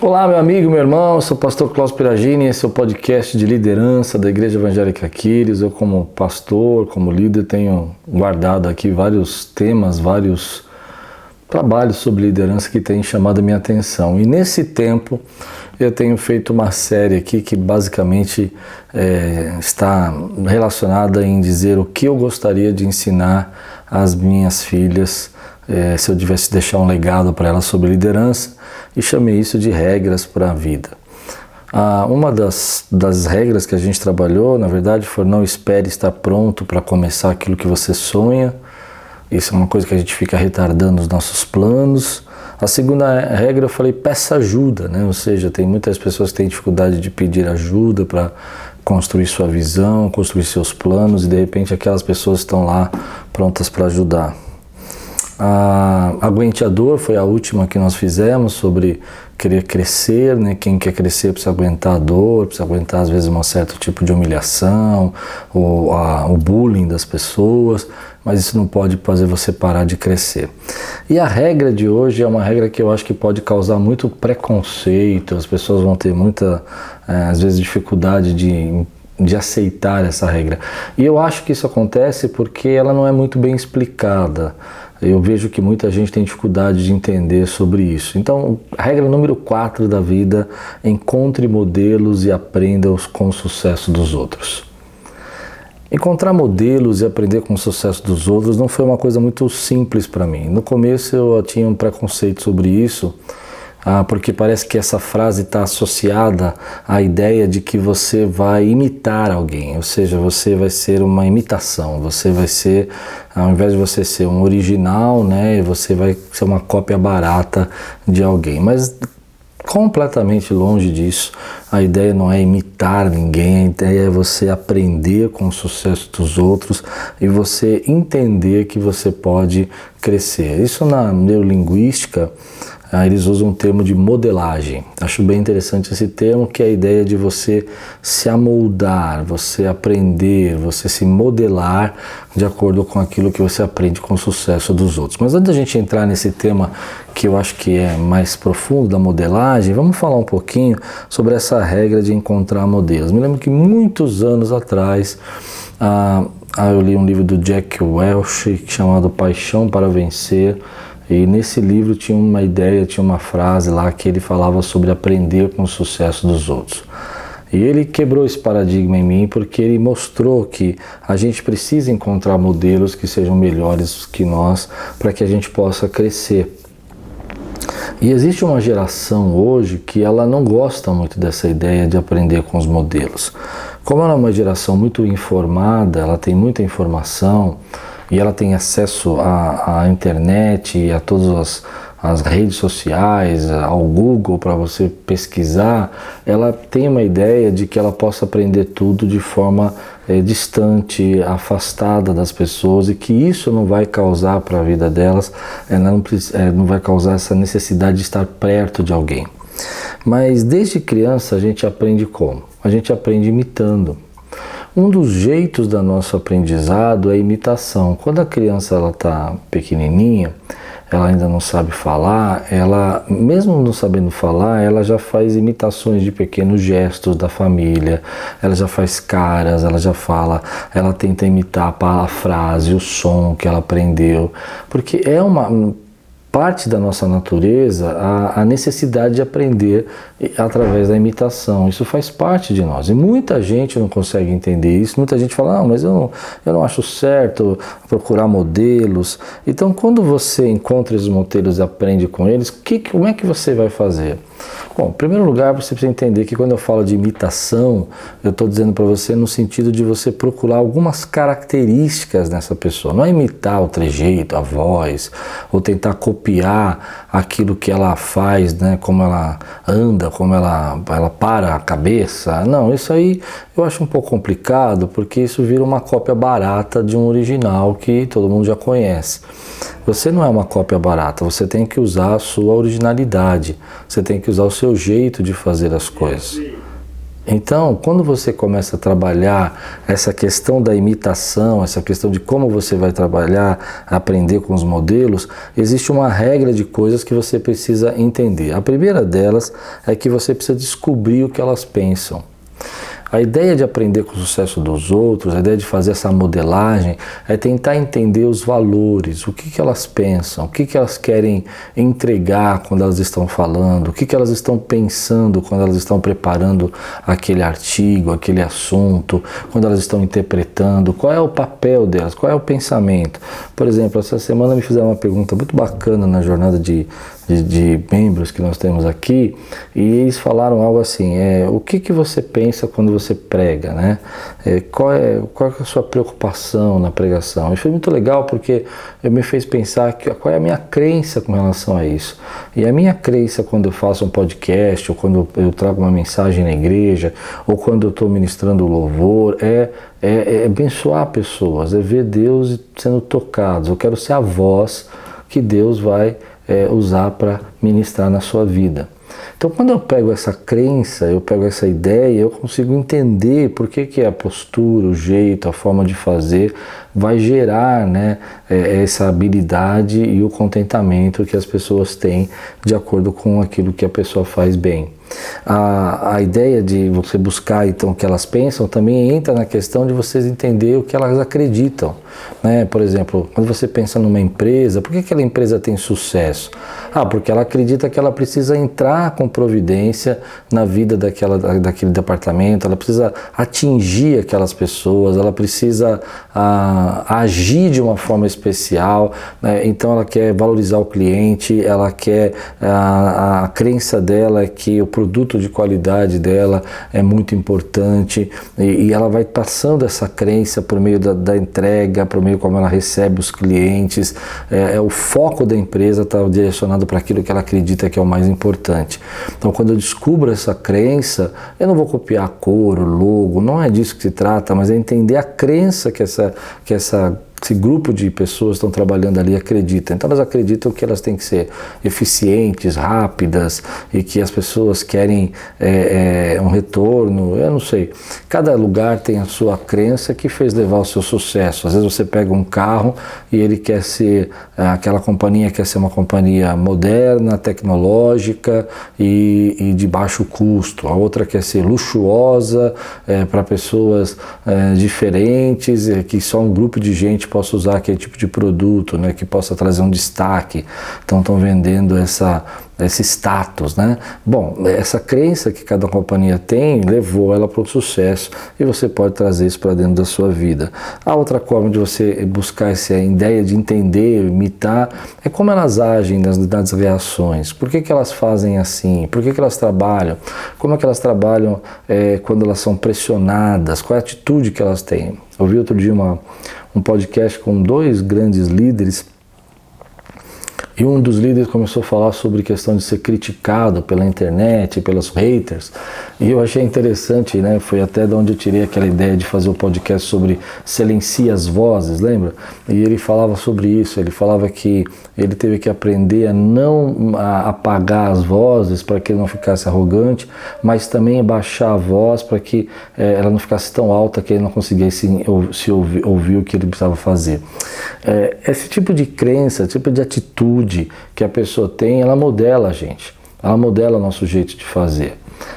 Olá, meu amigo, meu irmão, eu sou o pastor Cláudio Piragini, esse é o podcast de liderança da Igreja Evangélica Quírios. Eu, como pastor, como líder, tenho guardado aqui vários temas, vários trabalhos sobre liderança que têm chamado a minha atenção. E nesse tempo eu tenho feito uma série aqui que basicamente está relacionada em dizer o que eu gostaria de ensinar às minhas filhas, se eu tivesse deixar um legado para elas sobre liderança, e chamei isso de regras para a vida. Uma das regras que a gente trabalhou, na verdade, foi: não espere estar pronto para começar aquilo que você sonha. Isso é uma coisa que a gente fica retardando os nossos planos. A segunda regra eu falei: peça ajuda, né? Ou seja, tem muitas pessoas que têm dificuldade de pedir ajuda para construir sua visão, construir seus planos, e de repente aquelas pessoas estão lá prontas para ajudar. Aguente a dor foi a última que nós fizemos, sobre querer crescer, né? Quem quer crescer precisa aguentar a dor, precisa aguentar às vezes um certo tipo de humilhação, o bullying das pessoas, mas isso não pode fazer você parar de crescer. E a regra de hoje é uma regra que eu acho que pode causar muito preconceito, as pessoas vão ter muita, às vezes, dificuldade de aceitar essa regra. E eu acho que isso acontece porque ela não é muito bem explicada. Eu vejo que muita gente tem dificuldade de entender sobre isso. Então, a regra número 4 da vida: encontre modelos e aprenda-os com o sucesso dos outros. Encontrar modelos e aprender com o sucesso dos outros não foi uma coisa muito simples para mim. No começo eu tinha um preconceito sobre isso, porque parece que essa frase está associada à ideia de que você vai imitar alguém, ou seja, você vai ser uma imitação, você vai ser, ao invés de você ser um original, né, você vai ser uma cópia barata de alguém. Mas completamente longe disso. A ideia não é imitar ninguém, a ideia é você aprender com o sucesso dos outros e você entender que você pode crescer. Isso, na neurolinguística, eles usam um termo de modelagem. Acho bem interessante esse termo, que é a ideia de você se amoldar, você aprender, você se modelar de acordo com aquilo que você aprende com o sucesso dos outros. Mas antes da gente entrar nesse tema, que eu acho que é mais profundo, da modelagem, vamos falar um pouquinho sobre essa regra de encontrar modelos. Me lembro que muitos anos atrás, eu li um livro do Jack Welch chamado Paixão para Vencer. E nesse livro tinha uma ideia, tinha uma frase lá que ele falava sobre aprender com o sucesso dos outros. E ele quebrou esse paradigma em mim, porque ele mostrou que a gente precisa encontrar modelos que sejam melhores que nós para que a gente possa crescer. E existe uma geração hoje que ela não gosta muito dessa ideia de aprender com os modelos. Como ela é uma geração muito informada, ela tem muita informação, e ela tem acesso à internet e a todas as redes sociais, ao Google para você pesquisar, ela tem uma ideia de que ela possa aprender tudo de forma distante, afastada das pessoas, e que isso não vai causar para a vida delas, não vai causar essa necessidade de estar perto de alguém. Mas desde criança a gente aprende como? A gente aprende imitando. Um dos jeitos do nosso aprendizado é a imitação. Quando a criança está pequenininha, ela ainda não sabe falar, ela, mesmo não sabendo falar, ela já faz imitações de pequenos gestos da família, ela já faz caras, ela já fala, ela tenta imitar a frase, o som que ela aprendeu, porque é uma parte da nossa natureza a necessidade de aprender através da imitação. Isso faz parte de nós. E muita gente não consegue entender isso. Muita gente fala: não, mas eu não acho certo procurar modelos. Então, quando você encontra esses modelos e aprende com eles, como é que você vai fazer? Bom, em primeiro lugar, você precisa entender que quando eu falo de imitação, eu estou dizendo para você no sentido de você procurar algumas características nessa pessoa. Não é imitar o trejeito, a voz, ou tentar copiar aquilo que ela faz, né, como ela anda, como ela para a cabeça. Não, isso aí eu acho um pouco complicado, porque isso vira uma cópia barata de um original que todo mundo já conhece. Você não é uma cópia barata, você tem que usar a sua originalidade, você tem que usar o seu jeito de fazer as coisas. Então, quando você começa a trabalhar essa questão da imitação, essa questão de como você vai trabalhar, aprender com os modelos, existe uma regra de coisas que você precisa entender. A primeira delas é que você precisa descobrir o que elas pensam. A ideia de aprender com o sucesso dos outros, a ideia de fazer essa modelagem, é tentar entender os valores, o que elas pensam, o que elas querem entregar quando elas estão falando, o que elas estão pensando quando elas estão preparando aquele artigo, aquele assunto, quando elas estão interpretando, qual é o papel delas, qual é o pensamento. Por exemplo, essa semana me fizeram uma pergunta muito bacana na jornada de membros que nós temos aqui, e eles falaram algo assim, o que você pensa quando você prega, né? Qual é a sua preocupação na pregação? E foi muito legal porque me fez pensar qual é a minha crença com relação a isso. E a minha crença quando eu faço um podcast, ou quando eu trago uma mensagem na igreja, ou quando eu estou ministrando louvor, é abençoar pessoas, é ver Deus sendo tocados. Eu quero ser a voz que Deus vai usar para ministrar na sua vida. Então, quando eu pego essa crença, eu pego essa ideia, eu consigo entender por que a postura, o jeito, a forma de fazer vai gerar, né, essa habilidade e o contentamento que as pessoas têm de acordo com aquilo que a pessoa faz bem. A ideia de você buscar então o que elas pensam também entra na questão de vocês entender o que elas acreditam, né? Por exemplo, quando você pensa numa empresa, por que aquela empresa tem sucesso? Porque ela acredita que ela precisa entrar com providência na vida daquele departamento, ela precisa atingir aquelas pessoas, ela precisa agir de uma forma especial, né? Então ela quer valorizar o cliente, ela quer, a crença dela é que o produto de qualidade dela é muito importante, e ela vai passando essa crença por meio da entrega, por meio como ela recebe os clientes, o foco da empresa está direcionado para aquilo que ela acredita que é o mais importante. Então, quando eu descubro essa crença, eu não vou copiar a cor, o logo, não é disso que se trata, mas é entender a crença que esse grupo de pessoas estão trabalhando ali acredita. Então elas acreditam que elas têm que ser eficientes, rápidas, e que as pessoas querem um retorno, eu não sei. Cada lugar tem a sua crença que fez levar ao seu sucesso. Às vezes você pega um carro e ele quer ser, aquela companhia quer ser uma companhia moderna, tecnológica e de baixo custo. A outra quer ser luxuosa, para pessoas diferentes, que só um grupo de gente possa usar aquele tipo de produto, né, que possa trazer um destaque. Então estão vendendo esse status, né? Bom, essa crença que cada companhia tem levou ela para o sucesso, e você pode trazer isso para dentro da sua vida. A outra forma de você buscar essa ideia de entender, imitar, é como elas agem nas reações. Por que elas fazem assim? Por que elas trabalham? Como é que elas trabalham quando elas são pressionadas? Qual é a atitude que elas têm? Eu vi outro dia um podcast com 2 grandes líderes, e um dos líderes começou a falar sobre questão de ser criticado pela internet, pelos haters, e eu achei interessante, né? Foi até de onde eu tirei aquela ideia de fazer o podcast sobre silencia as vozes, lembra? E ele falava sobre isso, ele falava que ele teve que aprender a não apagar as vozes para que ele não ficasse arrogante, mas também baixar a voz para que ela não ficasse tão alta que ele não conseguisse ouvir o que ele precisava fazer. Esse tipo de crença, esse tipo de atitude que a pessoa tem, ela modela a gente, ela modela o nosso jeito de fazer.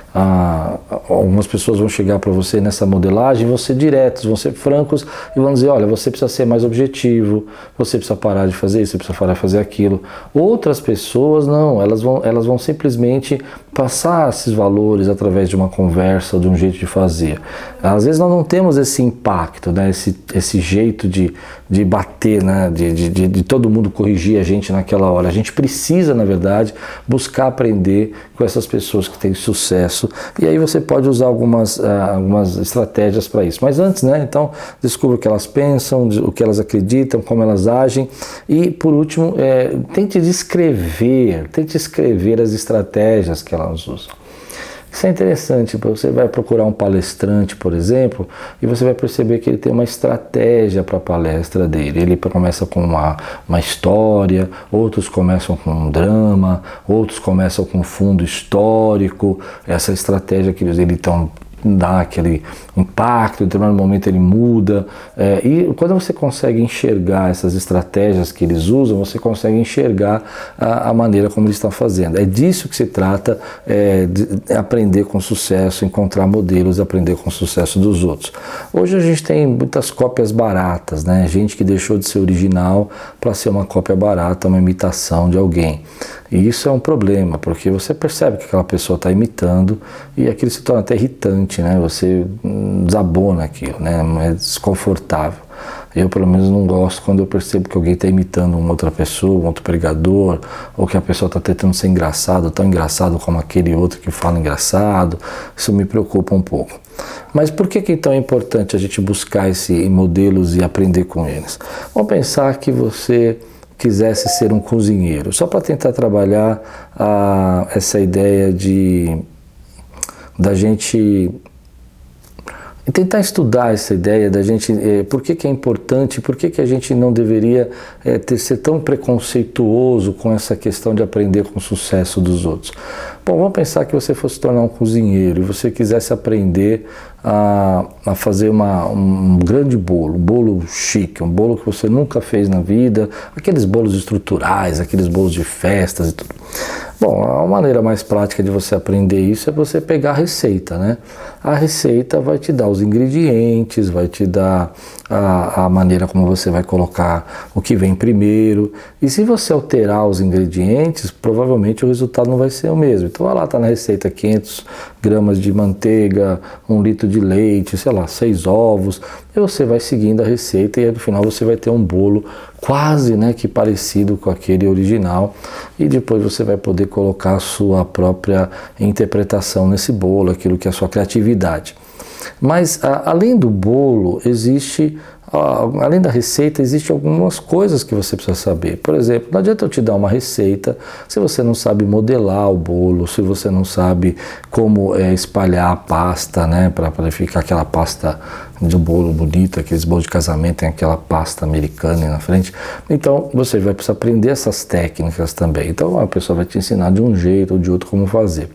Algumas pessoas vão chegar para você nessa modelagem, vão ser diretos, vão ser francos e vão dizer, olha, você precisa ser mais objetivo, você precisa parar de fazer isso, você precisa parar de fazer aquilo. Outras pessoas não, elas vão simplesmente passar esses valores através de uma conversa, de um jeito de fazer. Às vezes nós não temos esse impacto, né? esse jeito de bater, né? de todo mundo corrigir a gente naquela hora. A gente precisa, na verdade, buscar aprender com essas pessoas que têm sucesso, e aí você pode usar algumas estratégias para isso. Mas antes, né? Então, descubra o que elas pensam, o que elas acreditam, como elas agem, e por último, tente escrever as estratégias que elas usam. Isso é interessante, você vai procurar um palestrante, por exemplo, e você vai perceber que ele tem uma estratégia para a palestra dele. Ele começa com uma história, outros começam com um drama, outros começam com um fundo histórico, essa estratégia que ele então dá aquele impacto, em determinado momento ele muda, e quando você consegue enxergar essas estratégias que eles usam, você consegue enxergar a maneira como eles estão fazendo. É disso que se trata, de aprender com sucesso, encontrar modelos, aprender com o sucesso dos outros. Hoje a gente tem muitas cópias baratas, né? Gente que deixou de ser original para ser uma cópia barata, uma imitação de alguém. E isso é um problema, porque você percebe que aquela pessoa está imitando e aquilo se torna até irritante, né? Você desabona aquilo, né? É desconfortável. Eu, pelo menos, não gosto quando eu percebo que alguém está imitando uma outra pessoa, um outro pregador, ou que a pessoa está tentando ser engraçado, tão engraçado como aquele outro que fala engraçado. Isso me preocupa um pouco. Mas por que então é importante a gente buscar esses modelos e aprender com eles? Vamos pensar que você quisesse ser um cozinheiro, só para tentar trabalhar essa ideia da gente tentar estudar essa ideia da gente, por que é importante, por que a gente não deveria ser tão preconceituoso com essa questão de aprender com o sucesso dos outros. Bom, vamos pensar que você fosse tornar um cozinheiro e você quisesse aprender a fazer um grande bolo, um bolo chique, um bolo que você nunca fez na vida, aqueles bolos estruturais, aqueles bolos de festas e tudo. Bom, a maneira mais prática de você aprender isso é você pegar a receita, né? A receita vai te dar os ingredientes, vai te dar a maneira como você vai colocar o que vem primeiro. E se você alterar os ingredientes, provavelmente o resultado não vai ser o mesmo. Então vai lá, tá na receita 500 gramas de manteiga, 1 litro de leite, sei lá, 6 ovos. E você vai seguindo a receita e no final você vai ter um bolo quase, né, que parecido com aquele original. E depois você vai poder colocar a sua própria interpretação nesse bolo, aquilo que é a sua criatividade. Mas além do bolo, além da receita, existem algumas coisas que você precisa saber. Por exemplo, não adianta eu te dar uma receita se você não sabe modelar o bolo, se você não sabe como espalhar a pasta, né, para ficar aquela pasta de bolo bonito, aqueles bolos de casamento, tem aquela pasta americana aí na frente. Então, você vai precisar aprender essas técnicas também. Então, a pessoa vai te ensinar de um jeito ou de outro como fazer.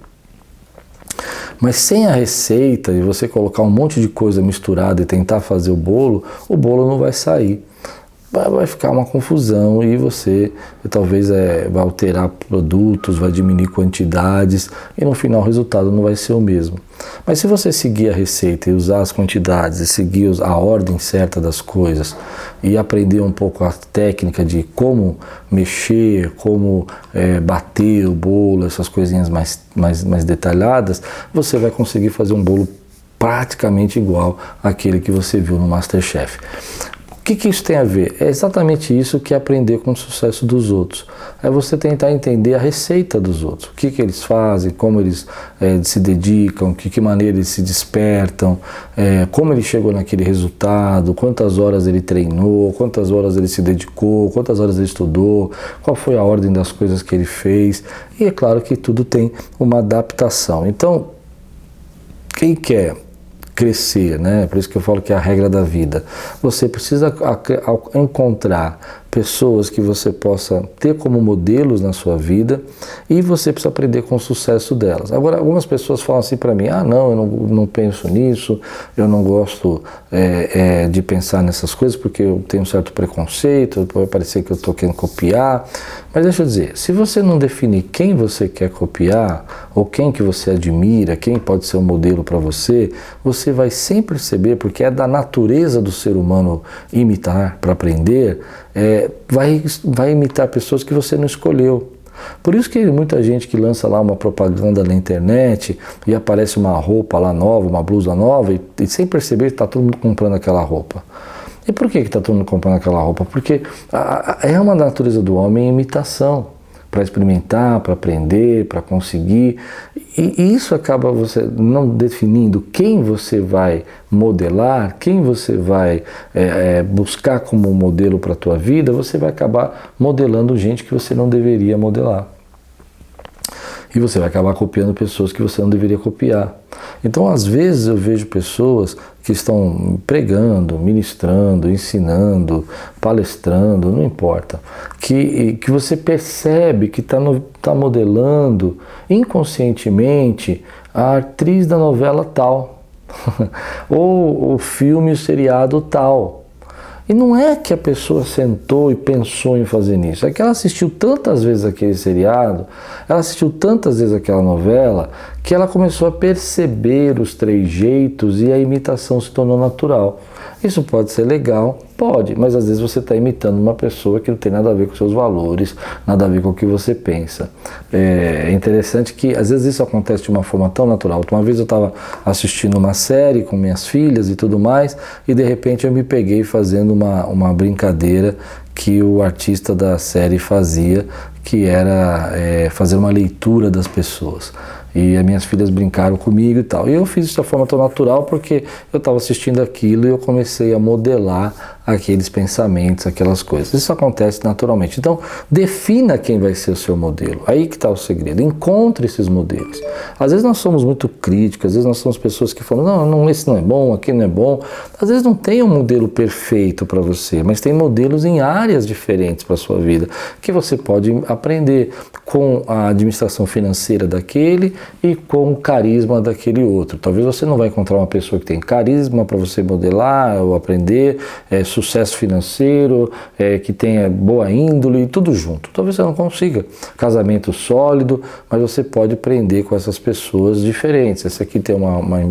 Mas sem a receita e você colocar um monte de coisa misturada e tentar fazer o bolo não vai sair. Vai ficar uma confusão e você talvez vai alterar produtos, vai diminuir quantidades e no final o resultado não vai ser o mesmo. Mas se você seguir a receita e usar as quantidades e seguir a ordem certa das coisas e aprender um pouco a técnica de como mexer, como bater o bolo, essas coisinhas mais detalhadas, você vai conseguir fazer um bolo praticamente igual àquele que você viu no MasterChef. O que isso tem a ver? É exatamente isso que é aprender com o sucesso dos outros. É você tentar entender a receita dos outros. O que eles fazem, como eles se dedicam, de que maneira eles se despertam, como ele chegou naquele resultado, quantas horas ele treinou, quantas horas ele se dedicou, quantas horas ele estudou, qual foi a ordem das coisas que ele fez. E é claro que tudo tem uma adaptação. Então, quem quer crescer, né? Por isso que eu falo que é a regra da vida. Você precisa encontrar pessoas que você possa ter como modelos na sua vida e você precisa aprender com o sucesso delas. Agora, algumas pessoas falam assim para mim, não, eu não penso nisso, eu não gosto de pensar nessas coisas porque eu tenho um certo preconceito, pode parecer que eu estou querendo copiar. Mas deixa eu dizer, se você não definir quem você quer copiar ou quem que você admira, quem pode ser um modelo para você, você vai sempre perceber, porque é da natureza do ser humano imitar para aprender, vai imitar pessoas que você não escolheu. Por isso que muita gente que lança lá uma propaganda na internet e aparece uma roupa lá nova, uma blusa nova e sem perceber está todo mundo comprando aquela roupa. E por que está todo mundo comprando aquela roupa? Porque é uma natureza do homem a imitação, para experimentar, para aprender, para conseguir. E isso acaba você não definindo quem você vai modelar, quem você vai buscar como modelo para a tua vida, você vai acabar modelando gente que você não deveria modelar. E você vai acabar copiando pessoas que você não deveria copiar. Então, às vezes, eu vejo pessoas que estão pregando, ministrando, ensinando, palestrando, não importa, que você percebe que está modelando inconscientemente a atriz da novela tal. ou o filme, o seriado tal. E não é que a pessoa sentou e pensou em fazer nisso, é que ela assistiu tantas vezes aquele seriado, ela assistiu tantas vezes aquela novela, que ela começou a perceber os trejeitos e a imitação se tornou natural. Isso pode ser legal, pode, mas às vezes você está imitando uma pessoa que não tem nada a ver com seus valores, nada a ver com o que você pensa. É interessante que às vezes isso acontece de uma forma tão natural. Uma vez eu estava assistindo uma série com minhas filhas e tudo mais, e de repente eu me peguei fazendo uma brincadeira que o artista da série fazia, que era fazer uma leitura das pessoas. E as minhas filhas brincaram comigo e tal. E eu fiz isso de forma tão natural porque eu estava assistindo aquilo e eu comecei a modelar aqueles pensamentos, aquelas coisas. Isso acontece naturalmente. Então, defina quem vai ser o seu modelo. Aí que está o segredo. Encontre esses modelos. Às vezes nós somos muito críticos, às vezes nós somos pessoas que falam, não, esse não é bom, aquele não é bom. Às vezes não tem um modelo perfeito para você, mas tem modelos em áreas diferentes para a sua vida, que você pode aprender com a administração financeira daquele e com o carisma daquele outro. Talvez você não vai encontrar uma pessoa que tem carisma para você modelar ou aprender, sucesso financeiro, que tenha boa índole, tudo junto. Talvez você não consiga. Casamento sólido, mas você pode aprender com essas pessoas diferentes. Esse aqui tem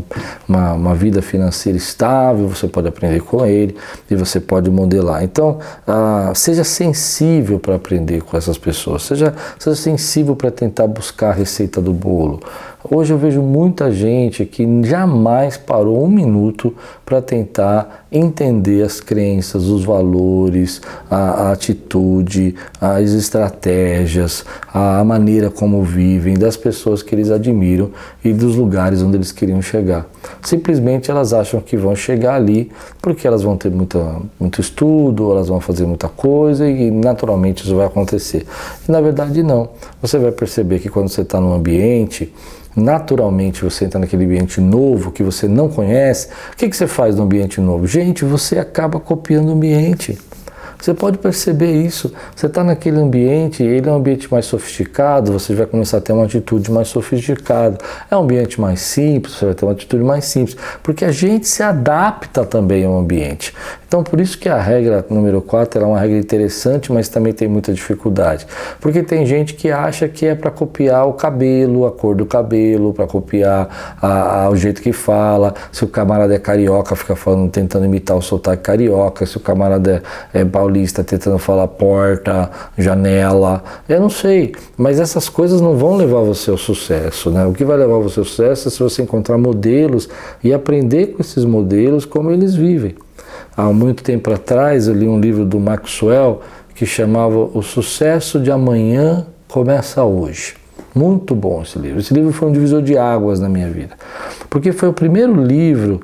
uma vida financeira estável, você pode aprender com ele e você pode modelar. Então, seja sensível para aprender com essas pessoas. Seja sensível para tentar buscar a receita do bolo. Hoje eu vejo muita gente que jamais parou um minuto para tentar entender as crenças, os valores, a atitude, as estratégias, a maneira como vivem, das pessoas que eles admiram e dos lugares onde eles queriam chegar. Simplesmente elas acham que vão chegar ali porque elas vão ter muito estudo, elas vão fazer muita coisa e naturalmente isso vai acontecer. E na verdade não. Você vai perceber que quando você está num ambiente, naturalmente você entra naquele ambiente novo que você não conhece. O que você faz no ambiente novo? Gente, você acaba copiando o ambiente. Você pode perceber isso. Você está naquele ambiente, ele é um ambiente mais sofisticado, você vai começar a ter uma atitude mais sofisticada. É um ambiente mais simples, você vai ter uma atitude mais simples, porque a gente se adapta também ao ambiente. Então, por isso que a regra número 4 é uma regra interessante, mas também tem muita dificuldade. Porque tem gente que acha que é para copiar o cabelo, a cor do cabelo, para copiar o jeito que fala. Se o camarada é carioca, fica falando, tentando imitar o sotaque carioca. Se o camarada é paulista, tentando falar porta, janela. Eu não sei, mas essas coisas não vão levar você ao sucesso, né? O que vai levar você ao sucesso é se você encontrar modelos e aprender com esses modelos como eles vivem. Há muito tempo atrás eu li um livro do Maxwell que chamava O Sucesso de Amanhã Começa Hoje. Muito bom esse livro. Esse livro foi um divisor de águas na minha vida, porque foi o primeiro livro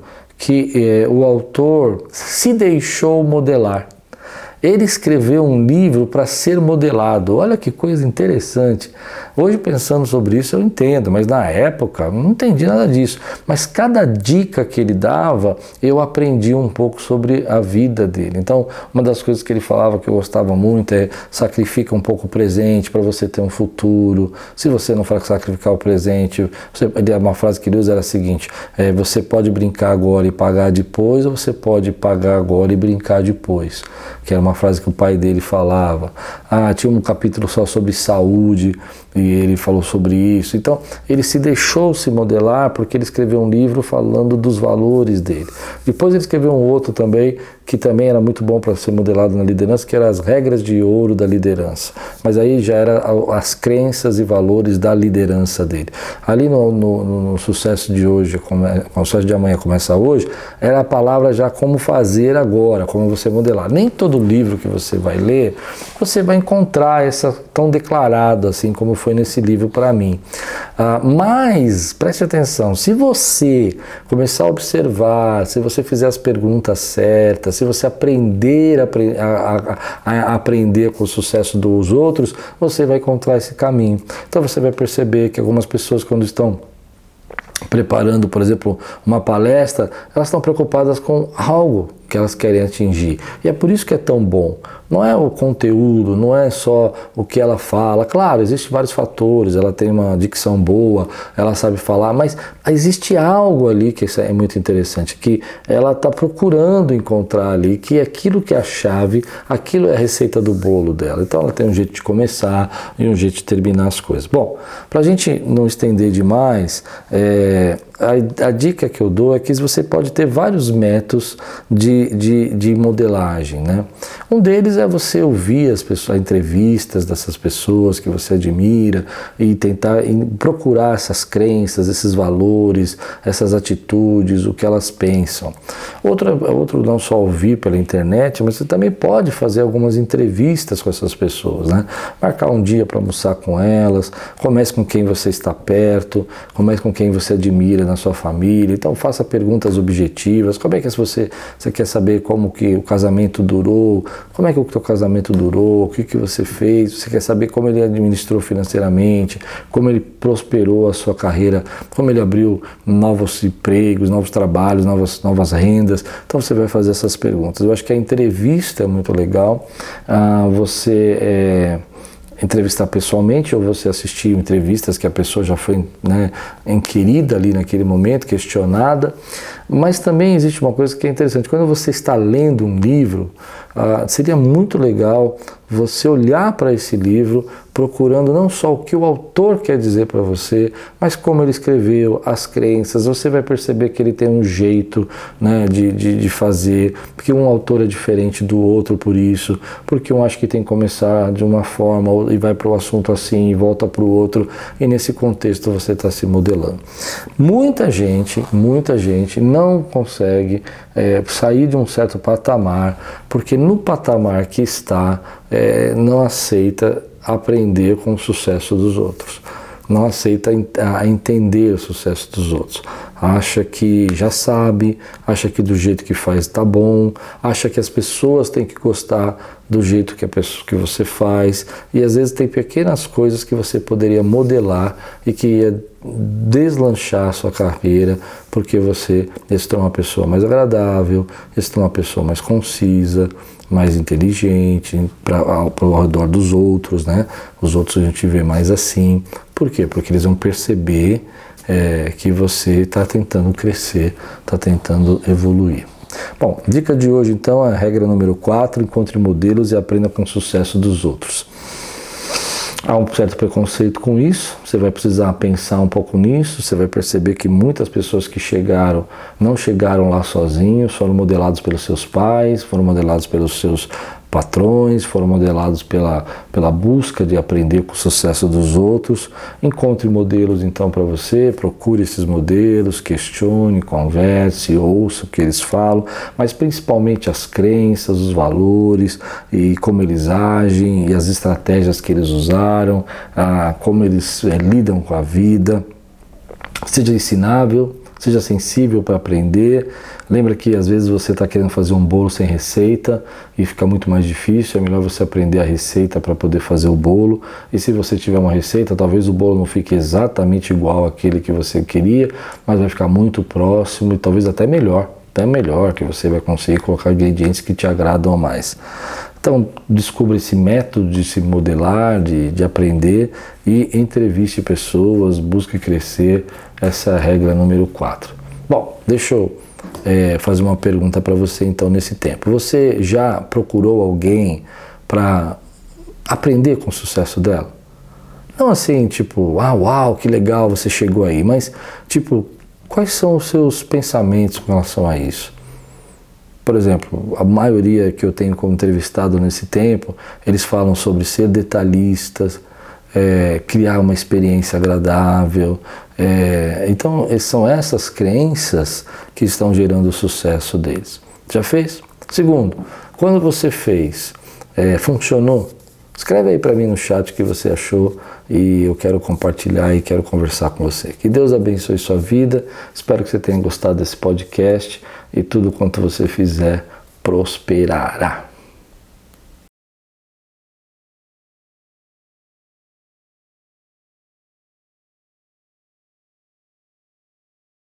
que o autor se deixou modelar. Ele escreveu um livro para ser modelado. Olha que coisa interessante. Hoje, pensando sobre isso, eu entendo, mas na época não entendi nada disso. Mas cada dica que ele dava, eu aprendi um pouco sobre a vida dele. Então, uma das coisas que ele falava que eu gostava muito é sacrifica um pouco o presente para você ter um futuro. Se você não for sacrificar o presente, uma frase que ele usa era a seguinte, você pode brincar agora e pagar depois, ou você pode pagar agora e brincar depois. Que era uma frase que o pai dele falava. Tinha um capítulo só sobre saúde e ele falou sobre isso. Então, ele se deixou se modelar porque ele escreveu um livro falando dos valores dele. Depois ele escreveu um outro também, que também era muito bom para ser modelado na liderança, que era as regras de ouro da liderança. Mas aí já era as crenças e valores da liderança dele. Ali no Sucesso de Hoje, o Sucesso de Amanhã Começa Hoje, era a palavra já como fazer agora, como você modelar. Nem todo livro que você vai ler, você vai encontrar essa tão declarado assim como foi nesse livro para mim. Mas, preste atenção, se você começar a observar, se você fizer as perguntas certas, se você aprender a aprender com o sucesso dos outros, você vai encontrar esse caminho. Então você vai perceber que algumas pessoas, quando estão preparando, por exemplo, uma palestra, elas estão preocupadas com algo que elas querem atingir. E é por isso que é tão bom. Não é o conteúdo, não é só o que ela fala. Claro, existem vários fatores, ela tem uma dicção boa, ela sabe falar, mas existe algo ali que é muito interessante, que ela está procurando encontrar ali, que é aquilo que é a chave, aquilo é a receita do bolo dela. Então ela tem um jeito de começar e um jeito de terminar as coisas. Bom, para a gente não estender demais, a dica que eu dou é que você pode ter vários métodos de modelagem, né? Um deles é você ouvir as entrevistas dessas pessoas que você admira e tentar procurar essas crenças, esses valores, essas atitudes, o que elas pensam. Outro não só ouvir pela internet, mas você também pode fazer algumas entrevistas com essas pessoas, né? Marcar um dia para almoçar com elas, comece com quem você está perto, comece com quem você admira na sua família, então faça perguntas objetivas. Como é que você quer saber como que o casamento durou, como é que o teu casamento durou, o que você fez, você quer saber como ele administrou financeiramente, como ele prosperou a sua carreira, como ele abriu novos empregos, novos trabalhos, novas rendas. Então você vai fazer essas perguntas. Eu acho que a entrevista é muito legal, você entrevistar pessoalmente ou você assistir entrevistas que a pessoa já foi, né, inquirida ali naquele momento, questionada. Mas também existe uma coisa que é interessante, quando você está lendo um livro, seria muito legal você olhar para esse livro procurando não só o que o autor quer dizer para você, mas como ele escreveu, as crenças. Você vai perceber que ele tem um jeito, né, de fazer, porque um autor é diferente do outro por isso, porque um acha que tem que começar de uma forma e vai para o assunto assim e volta para o outro, e nesse contexto você está se modelando. Muita gente não consegue sair de um certo patamar, porque no patamar que está, não aceita aprender com o sucesso dos outros, não aceita entender o sucesso dos outros, acha que já sabe, acha que do jeito que faz está bom, acha que as pessoas têm que gostar do jeito que você faz, e às vezes tem pequenas coisas que você poderia modelar e que ia deslanchar a sua carreira, porque você é uma pessoa mais agradável, é uma pessoa mais concisa, mais inteligente para ao redor dos outros, né? Os outros a gente vê mais assim. Por quê? Porque eles vão perceber que você está tentando crescer, está tentando evoluir. Bom, dica de hoje então é a regra número 4, encontre modelos e aprenda com o sucesso dos outros. Há um certo preconceito com isso, você vai precisar pensar um pouco nisso, você vai perceber que muitas pessoas que chegaram, não chegaram lá sozinhos, foram modelados pelos seus pais, foram modelados pelos seus patrões, foram modelados pela busca de aprender com o sucesso dos outros. Encontre modelos então para você, procure esses modelos, questione, converse, ouça o que eles falam, mas principalmente as crenças, os valores e como eles agem e as estratégias que eles usaram, como eles lidam com a vida. Seja ensinável, seja sensível para aprender. Lembra que às vezes você está querendo fazer um bolo sem receita e fica muito mais difícil, é melhor você aprender a receita para poder fazer o bolo. E se você tiver uma receita, talvez o bolo não fique exatamente igual àquele que você queria, mas vai ficar muito próximo e talvez até melhor, que você vai conseguir colocar ingredientes que te agradam mais. Então, descubra esse método de se modelar, de aprender e entreviste pessoas, busque crescer. Essa é a regra número 4. Bom, deixa eu fazer uma pergunta para você então nesse tempo. Você já procurou alguém para aprender com o sucesso dela? Não assim, tipo, uau, que legal, você chegou aí, mas tipo, quais são os seus pensamentos com relação a isso? Por exemplo, a maioria que eu tenho como entrevistado nesse tempo, eles falam sobre ser detalhistas, criar uma experiência agradável. Então, são essas crenças que estão gerando o sucesso deles. Já fez? Segundo, quando você fez, funcionou? Escreve aí para mim no chat o que você achou e eu quero compartilhar e quero conversar com você. Que Deus abençoe sua vida, espero que você tenha gostado desse podcast e tudo quanto você fizer prosperará.